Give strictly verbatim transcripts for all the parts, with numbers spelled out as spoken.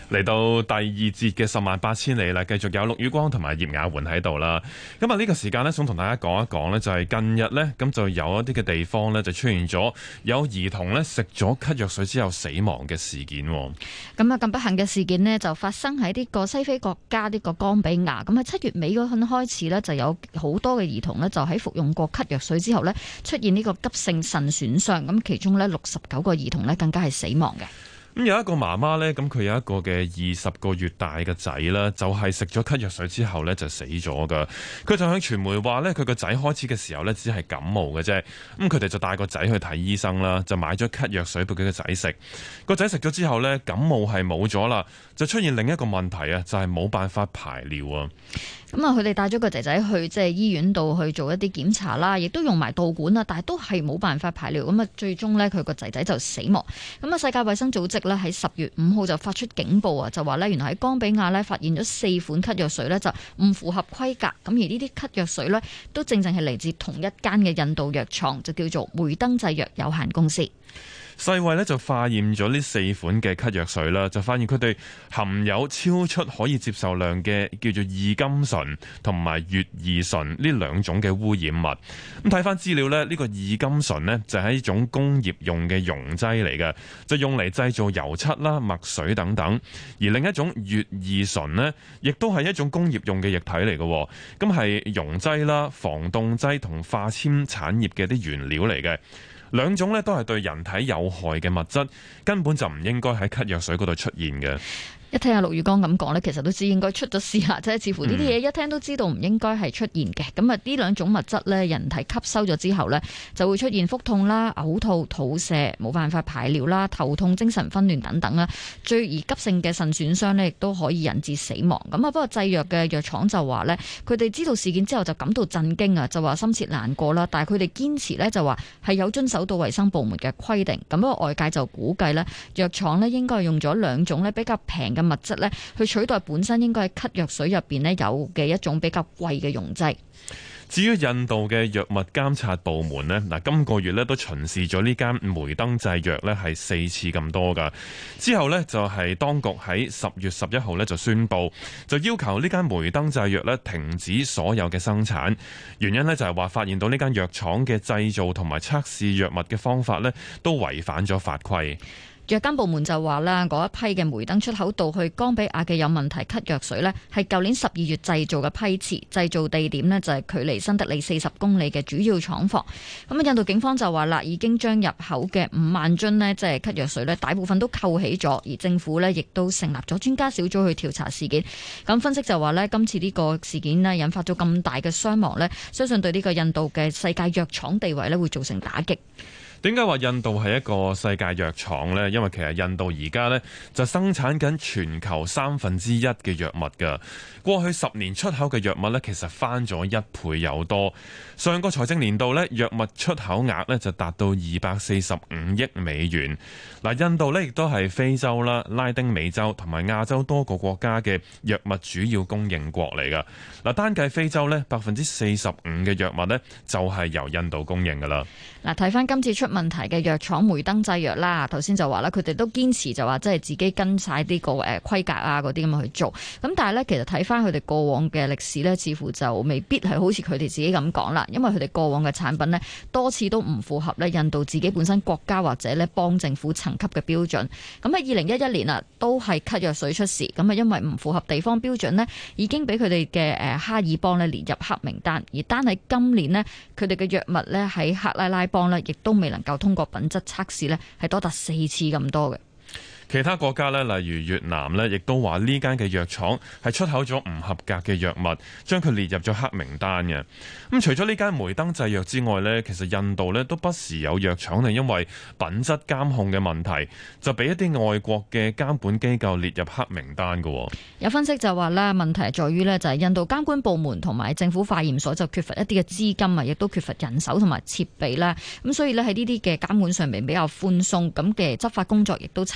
嚟到第二節嘅十萬八千里啦，繼續有陸宇光同埋葉雅媛喺度啦。咁啊呢個時間呢，想同大家講一講呢，就係近日呢，咁就有一啲嘅地方呢，就出現咗有兒童呢食咗咳藥水之後死亡嘅事件。 咁啊咁不幸嘅事件呢，就發生喺呢個西非國家呢個岡比亞。咁啊七月尾嗰陣開始呢，就有好多嘅兒童呢，就喺服用過咳藥水之後呢，出現呢個急性腎損傷。咁其中呢，六十九個兒童呢，更加係死亡嘅。 咁有一個媽媽呢，咁佢有一個嘅二十個月大嘅仔啦，就係食咗咳藥水之後呢，就死咗噶。佢就向傳媒話呢，佢個仔開始嘅時候呢，只係感冒嘅啫。咁佢哋就帶個仔去睇醫生啦，就買咗咳藥水俾佢個仔食。個仔食咗之後呢，感冒係冇咗啦，就出現另一個問題啊，就係冇辦法排尿啊。 咁啊，佢哋帶咗個仔仔去即係醫院度去做一啲檢查啦，亦都用埋導管啦，但係都係冇辦法排尿。咁啊，最終呢，佢個仔仔就死亡。咁啊，世界衛生組織呢，喺十月五號就發出警報啊，就話呢，原來喺岡比亞呢，發現咗四款咳藥水呢，就唔符合規格。咁而呢啲咳藥水呢，都正正係嚟自同一間嘅印度藥廠，就叫做梅登製藥有限公司。 世衛呢就化驗咗呢四款嘅咳藥水啦，就發現佢哋含有超出可以接受量嘅叫做異甘醇同埋乙二醇呢兩種嘅污染物。咁睇翻資料呢，呢個異甘醇呢就係一種工業用嘅溶劑嚟嘅，就用嚟製造油漆啦、墨水等等。而另一種乙二醇呢，亦都係一種工業用嘅液體嚟嘅，咁係溶劑啦、防凍劑同化纖產業嘅啲原料嚟嘅。兩種咧都係對人體有害嘅物質，根本就唔應該喺咳藥水嗰度出現嘅。 一聽阿陸宇光咁講呢，其實都知應該出咗事啦，即係似乎呢啲嘢一聽都知道唔應該係出現嘅。咁啊，呢兩種物質呢，人體吸收咗之後呢，就會出現腹痛啦、嘔吐、肚瀉、冇辦法排尿啦、頭痛、精神分亂等等啦。最而急性嘅腎損傷呢，亦都可以引致死亡。咁啊，不過製藥嘅藥廠就話呢，佢哋知道事件之後就感到震驚啊，就話深切難過啦。但係佢哋堅持呢，就話係有遵守到衛生部門嘅規定。咁不過外界就估計呢，藥廠呢應該係用咗兩種呢比較平嘅物質咧，去取代本身應該喺咳藥水入邊咧有嘅一種比較貴嘅溶劑。 至於印度嘅藥物監察部門呢，嗱今個月咧都巡視咗呢間梅登製藥咧係四次咁多噶。之後呢，就係當局喺十月十一號咧就宣布，就要求呢間梅登製藥咧停止所有嘅生產。原因呢，就係話發現到呢間藥廠嘅製造同埋測試藥物嘅方法呢，都違反咗法規。 藥監部門就話啦，嗰一批嘅梅登出口到去岡比亞嘅有問題咳藥水呢，係舊年十二月製造嘅批次，製造地點呢，就係距離新德里四十公里嘅主要廠房。咁啊，印度警方就話啦，已經將入口嘅五萬樽呢，即係咳藥水呢，大部分都扣起咗，而政府呢，亦都成立咗專家小組去調查事件。咁分析就話呢，今次呢個事件呢，引發咗咁大嘅傷亡呢，相信對呢個印度嘅世界藥廠地位呢，會造成打擊。 點解話印度係一個世界藥廠呢？因為其實印度而家呢就生產緊全球三分之一嘅藥物㗎。過去十年出口嘅藥物呢，其實翻咗一倍有多。上個財政年度呢，藥物出口額呢就達到二百四十五億美元。嗱，印度呢亦都係非洲啦、拉丁美洲同埋亞洲多個國家嘅藥物主要供應國嚟㗎。嗱，單計非洲呢，百分之四十五嘅藥物呢就係由印度供應㗎啦。 嗱，睇翻今次出問題嘅藥廠梅登製藥啦，頭先就話啦，佢哋都堅持就話即係自己跟晒呢個誒規格啊嗰啲咁去做。咁但係咧，其實睇翻佢哋過往嘅歷史咧，似乎就未必係好似佢哋自己咁講啦。因為佢哋過往嘅產品呢，多次都唔符合咧印度自己本身國家或者咧邦政府層級嘅標準。咁喺二零一一年啊，都係咳藥水出事。咁啊，因為唔符合地方標準呢，已經俾佢哋嘅誒哈爾邦咧列入黑名單。而單喺今年呢，佢哋嘅藥物咧喺克拉拉邦呢，亦都未能夠通過品質測試呢，係多達四次咁多嘅。 其他國家咧，例如越南咧，亦都話呢間嘅藥廠係出口咗唔合格嘅藥物，將佢列入咗黑名單嘅。咁除咗呢間梅登製藥之外呢，其實印度咧都不時有藥廠係因為品質監控嘅問題，就俾一啲外國嘅監管機構列入黑名單嘅。 有分析就話咧，問題係在於呢，就係印度監管部門同埋政府化驗所就缺乏一啲嘅資金啊，亦都缺乏人手同埋設備啦。咁所以呢，喺呢啲嘅監管上面比較寬鬆，咁嘅執法工作亦都參差不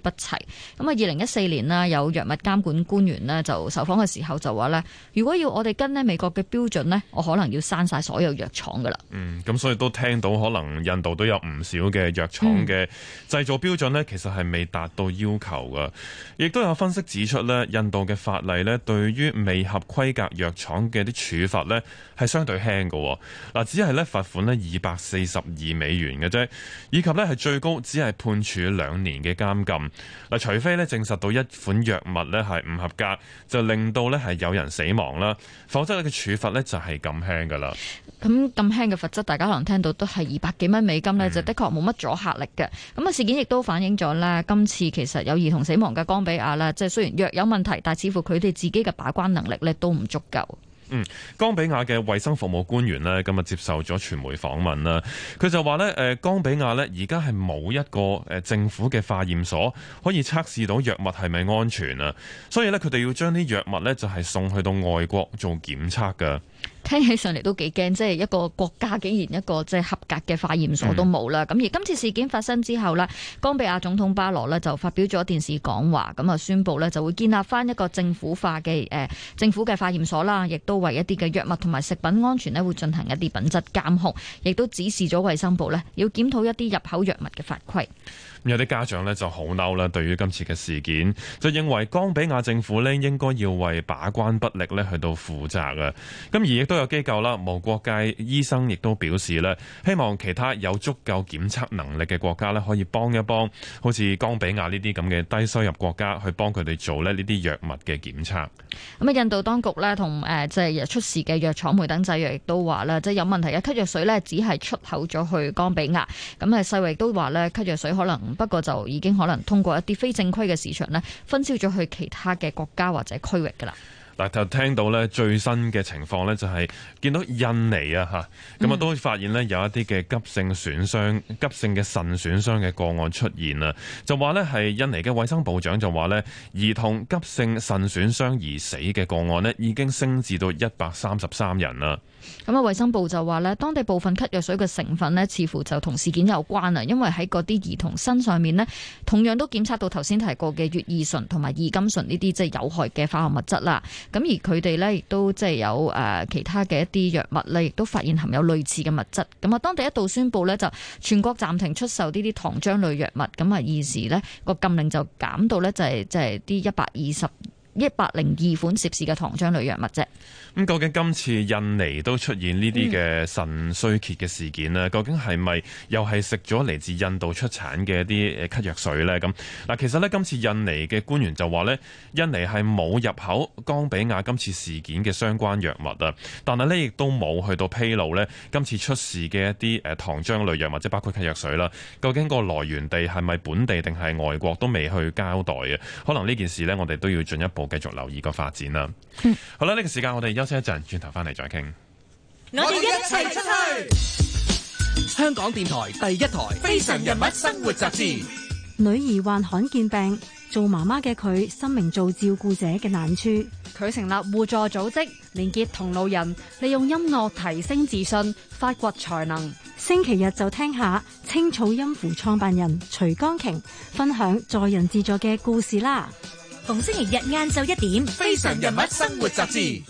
齊。咁啊，二零一四年啦，有藥物監管官員呢就受訪嘅時候就話呢，如果要我哋跟呢美國嘅標準呢，我可能要刪晒所有藥廠噶啦。 嗯，咁所以都聽到可能印度都有唔少嘅藥廠嘅製造標準呢，其實係未達到要求噶。亦都有分析指出呢，印度嘅法例呢對於未合規格藥廠嘅啲處罰呢係相對輕嘅。嗱，只係呢罰款呢二百四十二美元嘅啫，以及呢係最高只係判處兩年嘅監禁。嗱，除非呢證實到一款藥物呢係唔合格，就令到呢係有人死亡啦，否則呢嘅處罰呢就係咁輕噶啦。 咁咁輕嘅罰則，大家可能聽到都係二百幾蚊美金呢、嗯、就的確冇乜阻嚇力嘅。咁啊，事件亦都反映咗呢，今次其實有兒童死亡嘅岡比亞呢，即係雖然藥有問題，但係似乎佢哋自己嘅把關能力呢都唔足夠。 嗯，岡比亞嘅衛生服務官員呢，今日接受咗傳媒訪問啦。佢就話呢，誒，岡比亞呢而家係冇一個誒政府嘅化驗所可以測試到藥物係咪安全啊，所以呢，佢哋要將啲藥物呢就係送去到外國做檢測㗎。 聽起上嚟都幾驚，即係一個國家竟然一個即係合格嘅化驗所都冇啦。咁、嗯、而今次事件發生之後呢，岡比亞總統巴羅呢就發表咗電視講話，咁啊宣布呢就會建立翻一個政府化嘅誒、呃、政府嘅化驗所啦，亦都為一啲嘅藥物同埋食品安全呢會進行一啲品質監控，亦都指示咗衛生部呢要檢討一啲入口藥物嘅法規。 有啲家長呢就好嬲啦，對於今次嘅事件，就認為岡比亞政府呢應該要為把關不力呢去到負責啊。咁而亦都有機構啦，無國界醫生亦都表示呢，希望其他有足夠檢測能力嘅國家呢可以幫一幫，好似岡比亞呢啲咁嘅低收入國家，去幫佢哋做呢呢啲藥物嘅檢測。 咁啊，印度當局呢同誒即係出事嘅藥廠梅登製藥亦都話啦，即係有問題嘅咳藥水呢只係出口咗去岡比亞。咁啊，世衛亦都話呢，咳藥水可能不過就已經可能通過一啲非正規嘅市場呢分銷咗去其他嘅國家或者區域㗎啦。 嗱，就聽到咧最新嘅情況咧，就係見到印尼啊嚇，咁啊都發現咧有一啲嘅急性損傷、急性嘅腎損傷嘅個案出現啦。就話咧係印尼嘅衛生部長就話咧，兒童急性腎損傷而死嘅個案咧已經升至到一百三十三人啦。 咁啊，衛生部就話咧，當地部分咳藥水嘅成分咧，似乎就同事件有關啊，因為喺嗰啲兒童身上面咧，同樣都檢測到頭先提過嘅乙二醇同埋二甘醇呢啲即係有害嘅化學物質啦。咁而佢哋咧亦都即係有誒其他嘅一啲藥物咧，亦都發現含有類似嘅物質。咁啊，當地一度宣布咧就全國暫停出售呢啲糖漿類藥物。咁啊，現時咧個禁令就減到咧就係即係啲一百二十。一百零二款涉事嘅糖漿類藥物啫。 咁究竟今次印尼都出現呢啲嘅腎衰竭嘅事件呢？究竟係咪又係食咗嚟自印度出產嘅一啲誒咳藥水呢？咁嗱，其實呢，今次印尼嘅官員就話呢，印尼係冇入口岡比亞今次事件嘅相關藥物啊，但係呢亦都冇去到披露呢今次出事嘅一啲誒糖漿類藥物，即包括咳藥水啦。究竟個來源地係咪本地定係外國都未去交代啊？可能呢件事呢，我哋都要進一步繼續留意個發展啦。嗯、好啦，呢、這個時間我哋休息一陣，轉頭翻嚟再傾。 我哋一齊出去。香港電台第一台《非常人物生活雜誌》。 女兒患罕見病，做媽媽嘅佢深明做照顧者嘅難處。 佢成立互助組織，連結同路人，利用音樂提升自信，發掘才能。 星期日就聽下青草音符創辦人徐江瓊分享助人自助嘅故事啦。 逢星期日晏晝一點，《 非常人物生活雜誌》。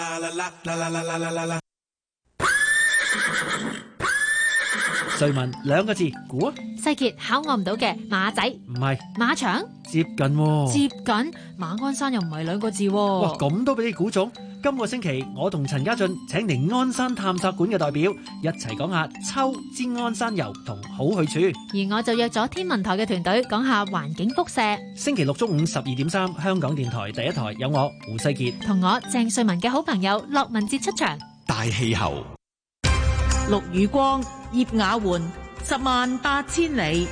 瑞文兩個字，估啊！ 世傑考我唔到嘅馬仔， 唔係馬場， 接近喎， 接近馬鞍山又唔係兩個字喎。 哇，咁都俾你估中！今個星期我同陳家俊請嚟鞍山探索館嘅代表一齊講下秋之鞍山遊同好去處， 而我就約咗天文台嘅團隊講下環境輻射。 星期六中午十二點三，香港電台第一台有我胡世傑同我鄭瑞文嘅好朋友駱文哲出場。 大氣候， 陸宇光、葉雅媛，十萬八千里。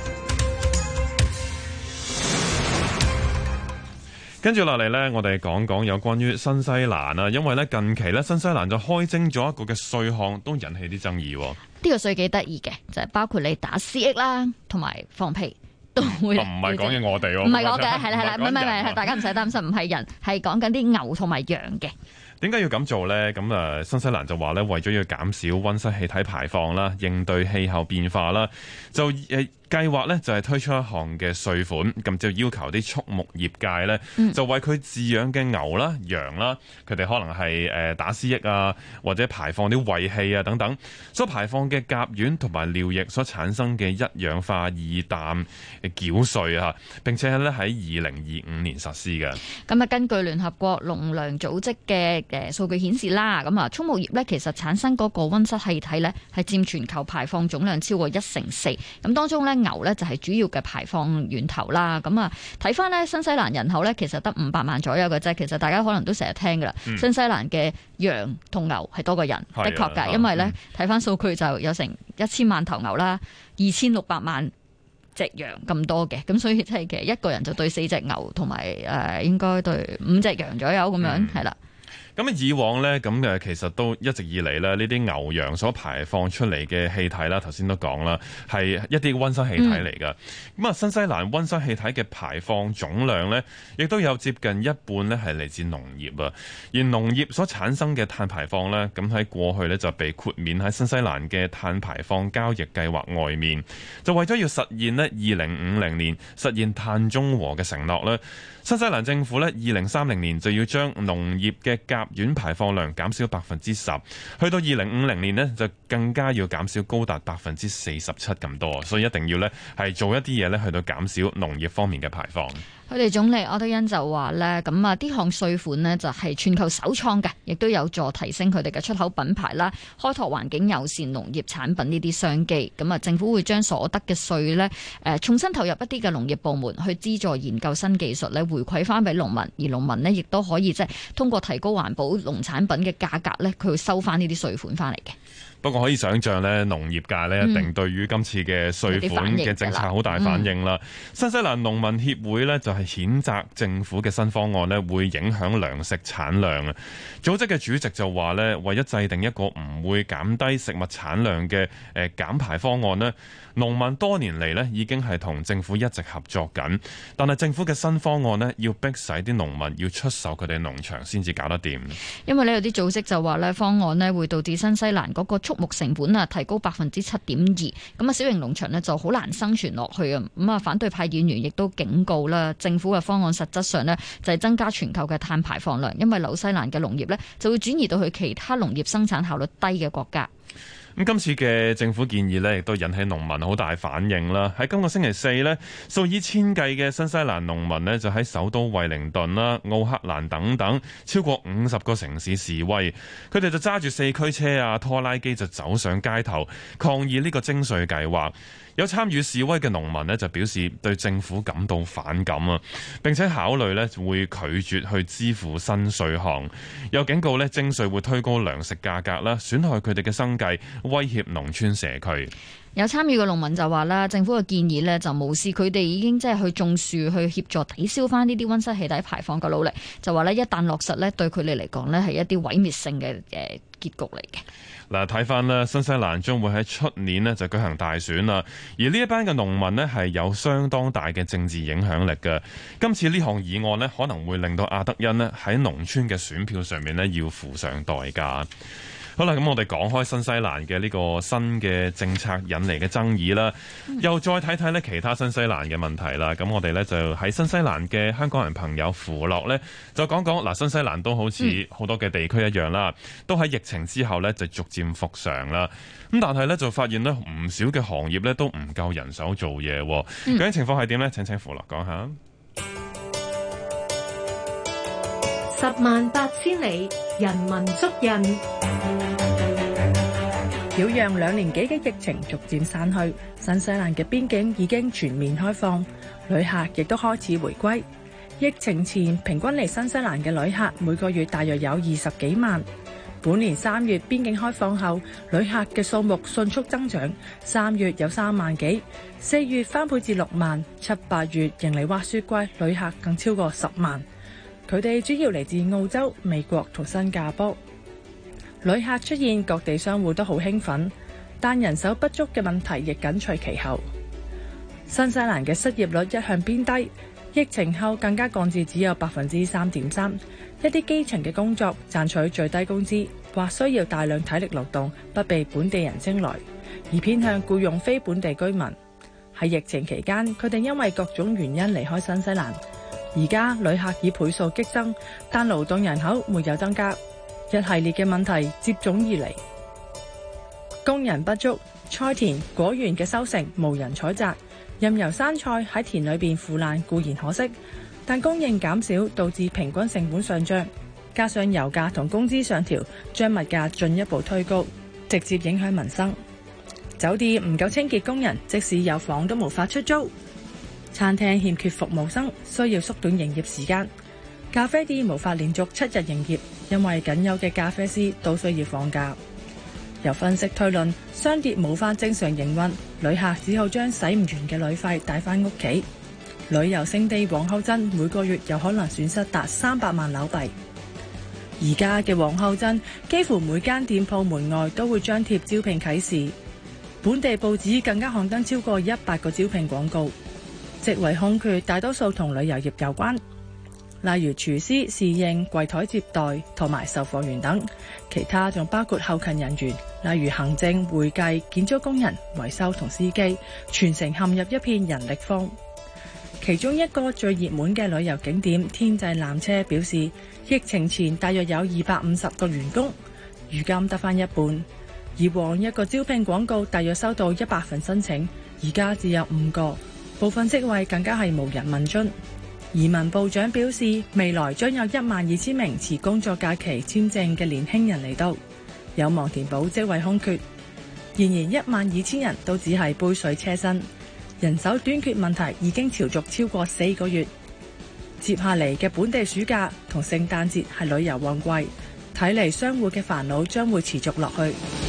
跟住落嚟呢，我哋講講有關於新西蘭啊，因為呢近期呢，新西蘭就開徵咗一個嘅稅項，都引起啲爭議。 呢個稅幾得意嘅，就係包括你打私益啦，同埋放屁。 都會。 唔係講緊我哋喎， 唔係我嘅，係啦係啦，唔係唔係係係，大家唔使擔心，唔係人，係講緊啲牛同埋羊嘅。 點解要咁做呢？咁誒，新西蘭就話咧，為咗要減少溫室氣體排放啦，應對氣候變化啦，就誒計劃咧就係推出一項嘅稅款，咁就要求啲畜牧業界咧，就為佢飼養嘅牛啦、羊啦，佢哋可能係誒打絲翼啊，或者排放啲廢氣啊等等，所排放嘅甲烷同埋尿液所產生嘅一氧化二氮嘅繳稅啊，並且係咧喺二零二五年實施嘅。 咁啊，根據聯合國農糧組織嘅誒數據顯示啦，咁啊，畜牧業咧其實產生嗰個溫室氣體咧係佔全球排放總量超過一成四，咁當中咧牛咧就係主要嘅排放源頭啦。咁啊，睇翻咧新西蘭人口咧其實得五百萬左右嘅啫。其實大家可能都成日聽噶啦，嗯、新西蘭嘅羊同牛係多過人，的確㗎，因為咧睇翻數據就有成一千萬頭牛啦，二千六百萬隻羊咁多嘅，咁所以即係其實一個人就對四隻牛同埋誒應該對五隻羊左右咁樣係啦。 咁以往呢，咁誒其實都一直以嚟咧，呢啲牛羊所排放出嚟嘅氣體啦，頭先都講啦，係一啲溫室氣體嚟㗎。咁啊、嗯，新西蘭溫室氣體嘅排放總量呢，亦都有接近一半呢係嚟自農業啊。而農業所產生嘅碳排放呢，咁喺過去呢就被豁免喺新西蘭嘅碳排放交易計劃外面，就為咗要實現呢二零五零年實現碳中和嘅承諾呢，新西蘭政府呢，二零三零年就要將農業嘅甲烷排放量減少百分之十，去到二零五零年呢，就更加要減少高達百分之四十七咁多，所以一定要呢係做一啲嘢呢去到減少農業方面嘅排放。 佢哋總理柯德恩就話呢，咁啊呢項稅款呢就係全球首創嘅，亦都有助提升佢哋嘅出口品牌啦，開拓環境友善農業產品呢啲商機。咁啊，政府會將所得嘅稅呢誒重新投入一啲嘅農業部門去資助研究新技術呢，回饋翻俾農民，而農民呢亦都可以即係通過提高環保農產品嘅價格呢，佢會收翻呢啲稅款翻嚟嘅。 不過可以想象咧，農業界咧一定對於今次嘅稅款嘅政策好大反應啦。嗯、新西蘭農民協會咧就係譴責政府嘅新方案咧會影響糧食產量啊。組織嘅主席就話咧，為咗制定一個唔會減低食物產量嘅誒減排方案咧，農民多年嚟咧已經係同政府一直合作緊，但係政府嘅新方案咧要逼使啲農民要出售佢哋農場先至搞得掂。 因為呢有啲組織就話咧，方案咧會導致新西蘭嗰個畜牧成本啊提高百分之七點二，咁啊小型農場咧就好難生存落去啊。咁啊反對派議員亦都警告啦，政府嘅方案實質上咧就係增加全球嘅碳排放量，因為紐西蘭嘅農業咧就會轉移到去其他農業生產效率低嘅國家。 咁今次嘅政府建議呢，亦都引起農民好大反應啦。喺今個星期四呢，數以千計嘅新西蘭農民呢，就喺首都惠靈頓啦、奧克蘭等等超過五十個城市示威。佢哋就揸住四驅車啊、拖拉機就走上街頭抗議呢個徵稅計劃。有參與示威嘅農民呢，就表示對政府感到反感啊，並且考慮呢會拒絕去支付新稅項。又警告呢徵稅會推高糧食價格啦，損害佢哋嘅生計，威脅農村社區。 有參與嘅農民就話啦，政府嘅建議呢就無視佢哋已經即係去種樹去協助抵消翻呢啲溫室氣體排放嘅努力，就話呢一旦落實呢，對佢哋嚟講呢係一啲毀滅性嘅誒結局嚟嘅。 嗱，睇翻咧，新西蘭將會喺出年呢就舉行大選啦，而呢一班嘅農民呢係有相當大嘅政治影響力嘅。今次呢項議案呢可能會令到阿德恩呢喺農村嘅選票上面呢要付上代價。好啦，咁我哋講開新西蘭嘅呢個新嘅政策引嚟嘅爭議啦，又再睇睇呢其他新西蘭嘅問題啦。咁我哋呢就喺新西蘭嘅香港人朋友符樂呢，就講講嗱，新西蘭都好似好多嘅地區一樣啦，都喺疫情之後呢就逐漸復常啦。咁但係呢，就發現呢唔少嘅行業呢都唔夠人手做嘢，究竟情況係點呢？請請符樂講下。 十萬八千里，人文足印。擾攘兩年幾嘅疫情逐漸散去，新西蘭嘅邊境已經全面開放，旅客亦都開始回歸。疫情前平均嚟新西蘭嘅旅客每個月大約有二十幾萬。本年三月邊境開放後，旅客嘅數目迅速增長，三月有三萬幾，四月翻倍至六萬，七八月迎嚟滑雪季，旅客更超過十萬。佢哋主要嚟自澳洲、美國同新加坡。旅客出現，各地商戶都好興奮，但人手不足嘅問題亦緊隨其後。 新西蘭嘅失業率一向偏低，疫情後更加降至只有百分之三點三。一啲基層嘅工作賺取最低工資，或需要大量體力勞動，不被本地人青睞，而偏向僱用非本地居民。喺疫情期間，佢哋因為各種原因離開新西蘭。而家旅客以倍數激增，但勞動人口沒有增加，一系列嘅問題接踵而嚟。工人不足，菜田果園嘅收成無人採摘，任由生菜喺田裏邊腐爛固然可惜，但供應減少導致平均成本上漲，加上油價同工資上調，將物價進一步推高，直接影響民生。酒店唔夠清潔工人，即使有房都無法出租；餐廳欠缺服務生，需要縮短營業時間；咖啡店無法連續七日營業，因為僅有嘅咖啡師都需要放假。由分析推論，商店無法正常營運，旅客只好將使唔完嘅旅費帶返屋企。旅遊勝地皇后鎮每個月有可能損失達三百萬紐幣。而家嘅皇后鎮幾乎每間店鋪門外都會張貼招聘啟事，本地報紙更加刊登超過一百個招聘廣告。職位空缺大多數同旅遊業有關，例如廚師、侍應、櫃台接待同埋售貨員等，其他仲包括後勤人員，例如行政、會計、建築工人、維修同司機，全城陷入一片人力荒。其中一個最熱門嘅旅遊景點天際纜車表示，疫情前大約有二百五十個員工，如今得返一半。以往一個招聘廣告大約收到一百份申請，而家只有五個，部分職位更加係無人問津。移民部長表示，未來將有一萬二千名持工作假期簽證嘅年輕人嚟到，有望填補職位空缺。然而一萬二千人都只係杯水車薪，人手短缺問題已經持續超過四個月。接下嚟嘅本地暑假同聖誕節係旅遊旺季，睇嚟商戶嘅煩惱將會持續落去。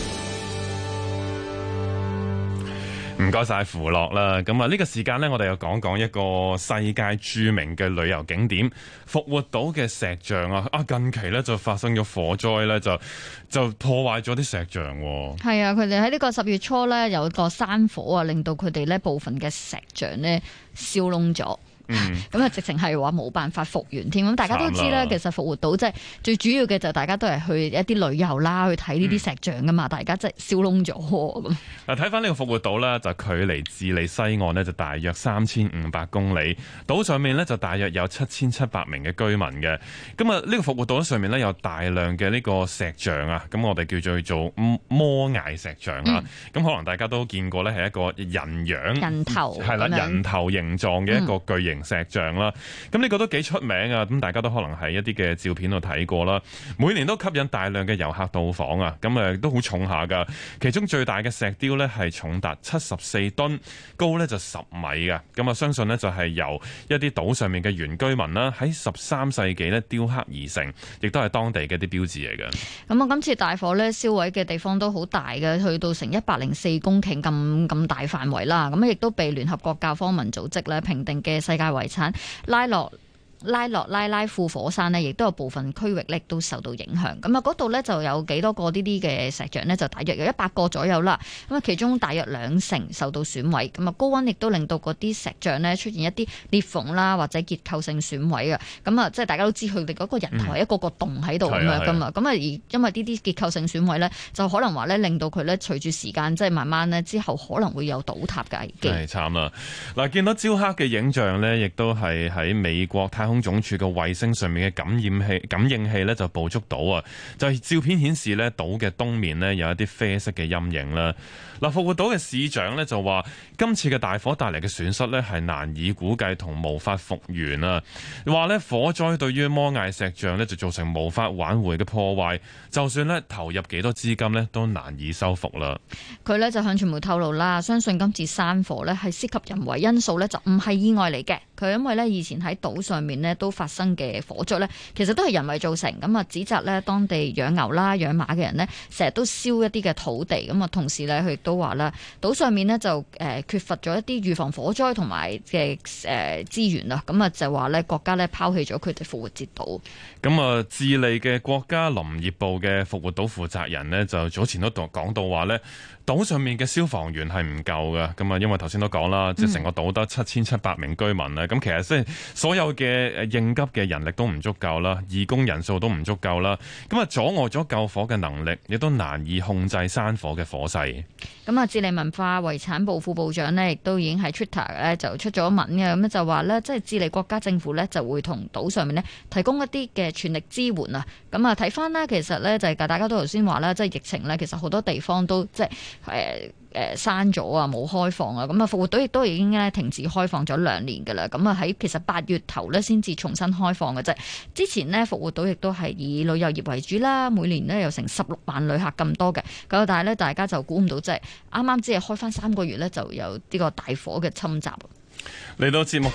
唔該晒符樂啦，咁啊呢個時間呢，我哋又講講一個世界著名嘅旅遊景點復活島嘅石像啊！啊近期呢，就發生咗火災呢，就就破壞咗啲石像。係啊，佢哋喺呢個十月初呢，有個山火啊，令到佢哋呢部分嘅石像呢燒燶咗。嗯，咁啊，直情係話冇辦法復原添。咁大家都知咧，其實復活島即係最主要嘅就大家都係去一啲旅遊啦，去睇呢啲石像噶嘛。嗯、大家即係燒燶咗咁。 嗱，睇翻呢個復活島咧，就距離智利西岸呢，就大約三千五百公里，島上面呢，就大約有七千七百名嘅居民嘅。咁啊，呢個復活島上面呢，有大量嘅呢個石像啊，咁我哋叫做做摩崖石像啊。咁、嗯、可能大家都見過咧，係一個人樣人頭係啦，人頭形狀嘅一個巨型石像啦，咁呢個都幾出名啊！咁大家都可能喺一啲嘅照片度睇過啦。每年都吸引大量嘅遊客到訪啊！咁誒都好重下噶。其中最大嘅石雕呢係重達七十四噸，高呢就十米嘅。咁啊，相信呢就係由一啲島上面嘅原居民啦，喺十三世紀呢雕刻而成，亦都係當地嘅啲標誌嚟嘅。 咁啊，今次大火呢燒毀嘅地方都好大嘅，去到成一百零四公頃咁咁大範圍啦。咁亦都被聯合國教科文組織咧評定嘅世界遺產拉洛拉洛拉拉庫火山呢，亦都有部分區域咧都受到影響。咁啊，嗰度呢就有幾多個呢啲嘅石像呢？就大約有一百個左右啦。咁啊，其中大約兩成受到損毀。咁啊，高溫亦都令到嗰啲石像呢出現一啲裂縫啦，或者結構性損毀啊。咁啊，即係大家都知佢哋嗰個人頭係一個個洞喺度咁樣噶嘛。咁啊、嗯，而因為呢啲結構性損毀呢，就可能話呢令到佢呢隨住時間即係慢慢呢之後可能會有倒塌嘅危機。係慘啦！嗱，見到焦黑嘅影像呢，亦都係喺美國太空總署嘅衛星上面嘅感染器、感應器咧就捕捉到啊！就係照片顯示咧，島嘅東面咧有一啲啡色嘅陰影啦。嗱，復活島嘅市長咧就話，今次嘅大火帶嚟嘅損失咧係難以估計同無法復原啊！話咧火災對於摩崖石像咧就造成無法挽回嘅破壞，就算咧投入幾多資金咧都難以修復啦。佢咧就向傳媒透露啦，相信今次山火咧係涉及人為因素咧，就唔係意外嚟嘅。 佢因為咧以前喺島上面咧都發生嘅火災咧，其實都係人為造成，咁啊指責咧當地養牛啦、養馬嘅人呢，成日都燒一啲嘅土地，咁啊同時咧佢亦都話啦，島上面呢就誒缺乏咗一啲預防火災同埋嘅誒資源啦，咁啊就話咧國家咧拋棄咗佢哋復活節島。 咁啊，智利嘅國家林業部嘅復活島負責人呢，就早前都講到話呢，島上面嘅消防員係唔夠嘅，咁啊，因為頭先都講啦，即係成個島得七千七百名居民咧，咁、嗯、其實即係所有嘅應急嘅人力都唔足夠啦，義工人數都唔足夠啦，咁啊阻礙咗救火嘅能力，亦都難以控制山火嘅火勢。 咁啊，智利文化遺產部副部長呢，亦都已經喺 Twitter 咧就出咗文嘅，咁就話呢，即係智利國家政府呢，就會同島上面呢提供一啲嘅全力支援啊。咁啊，睇翻呢，其實呢，就係大家都頭先話啦，即係疫情呢，其實好多地方都即係誒誒閂咗啊，冇開放啊。咁啊，復活島亦都已經咧停止開放咗兩年㗎啦。咁啊，喺其實八月頭呢，先至重新開放嘅啫。之前呢，復活島亦都係以旅遊業為主啦，每年呢有成十六萬旅客咁多嘅。咁但係呢，大家就估唔到，即係啱啱只係開翻三個月呢，就有呢個大火嘅侵襲。 嚟到節目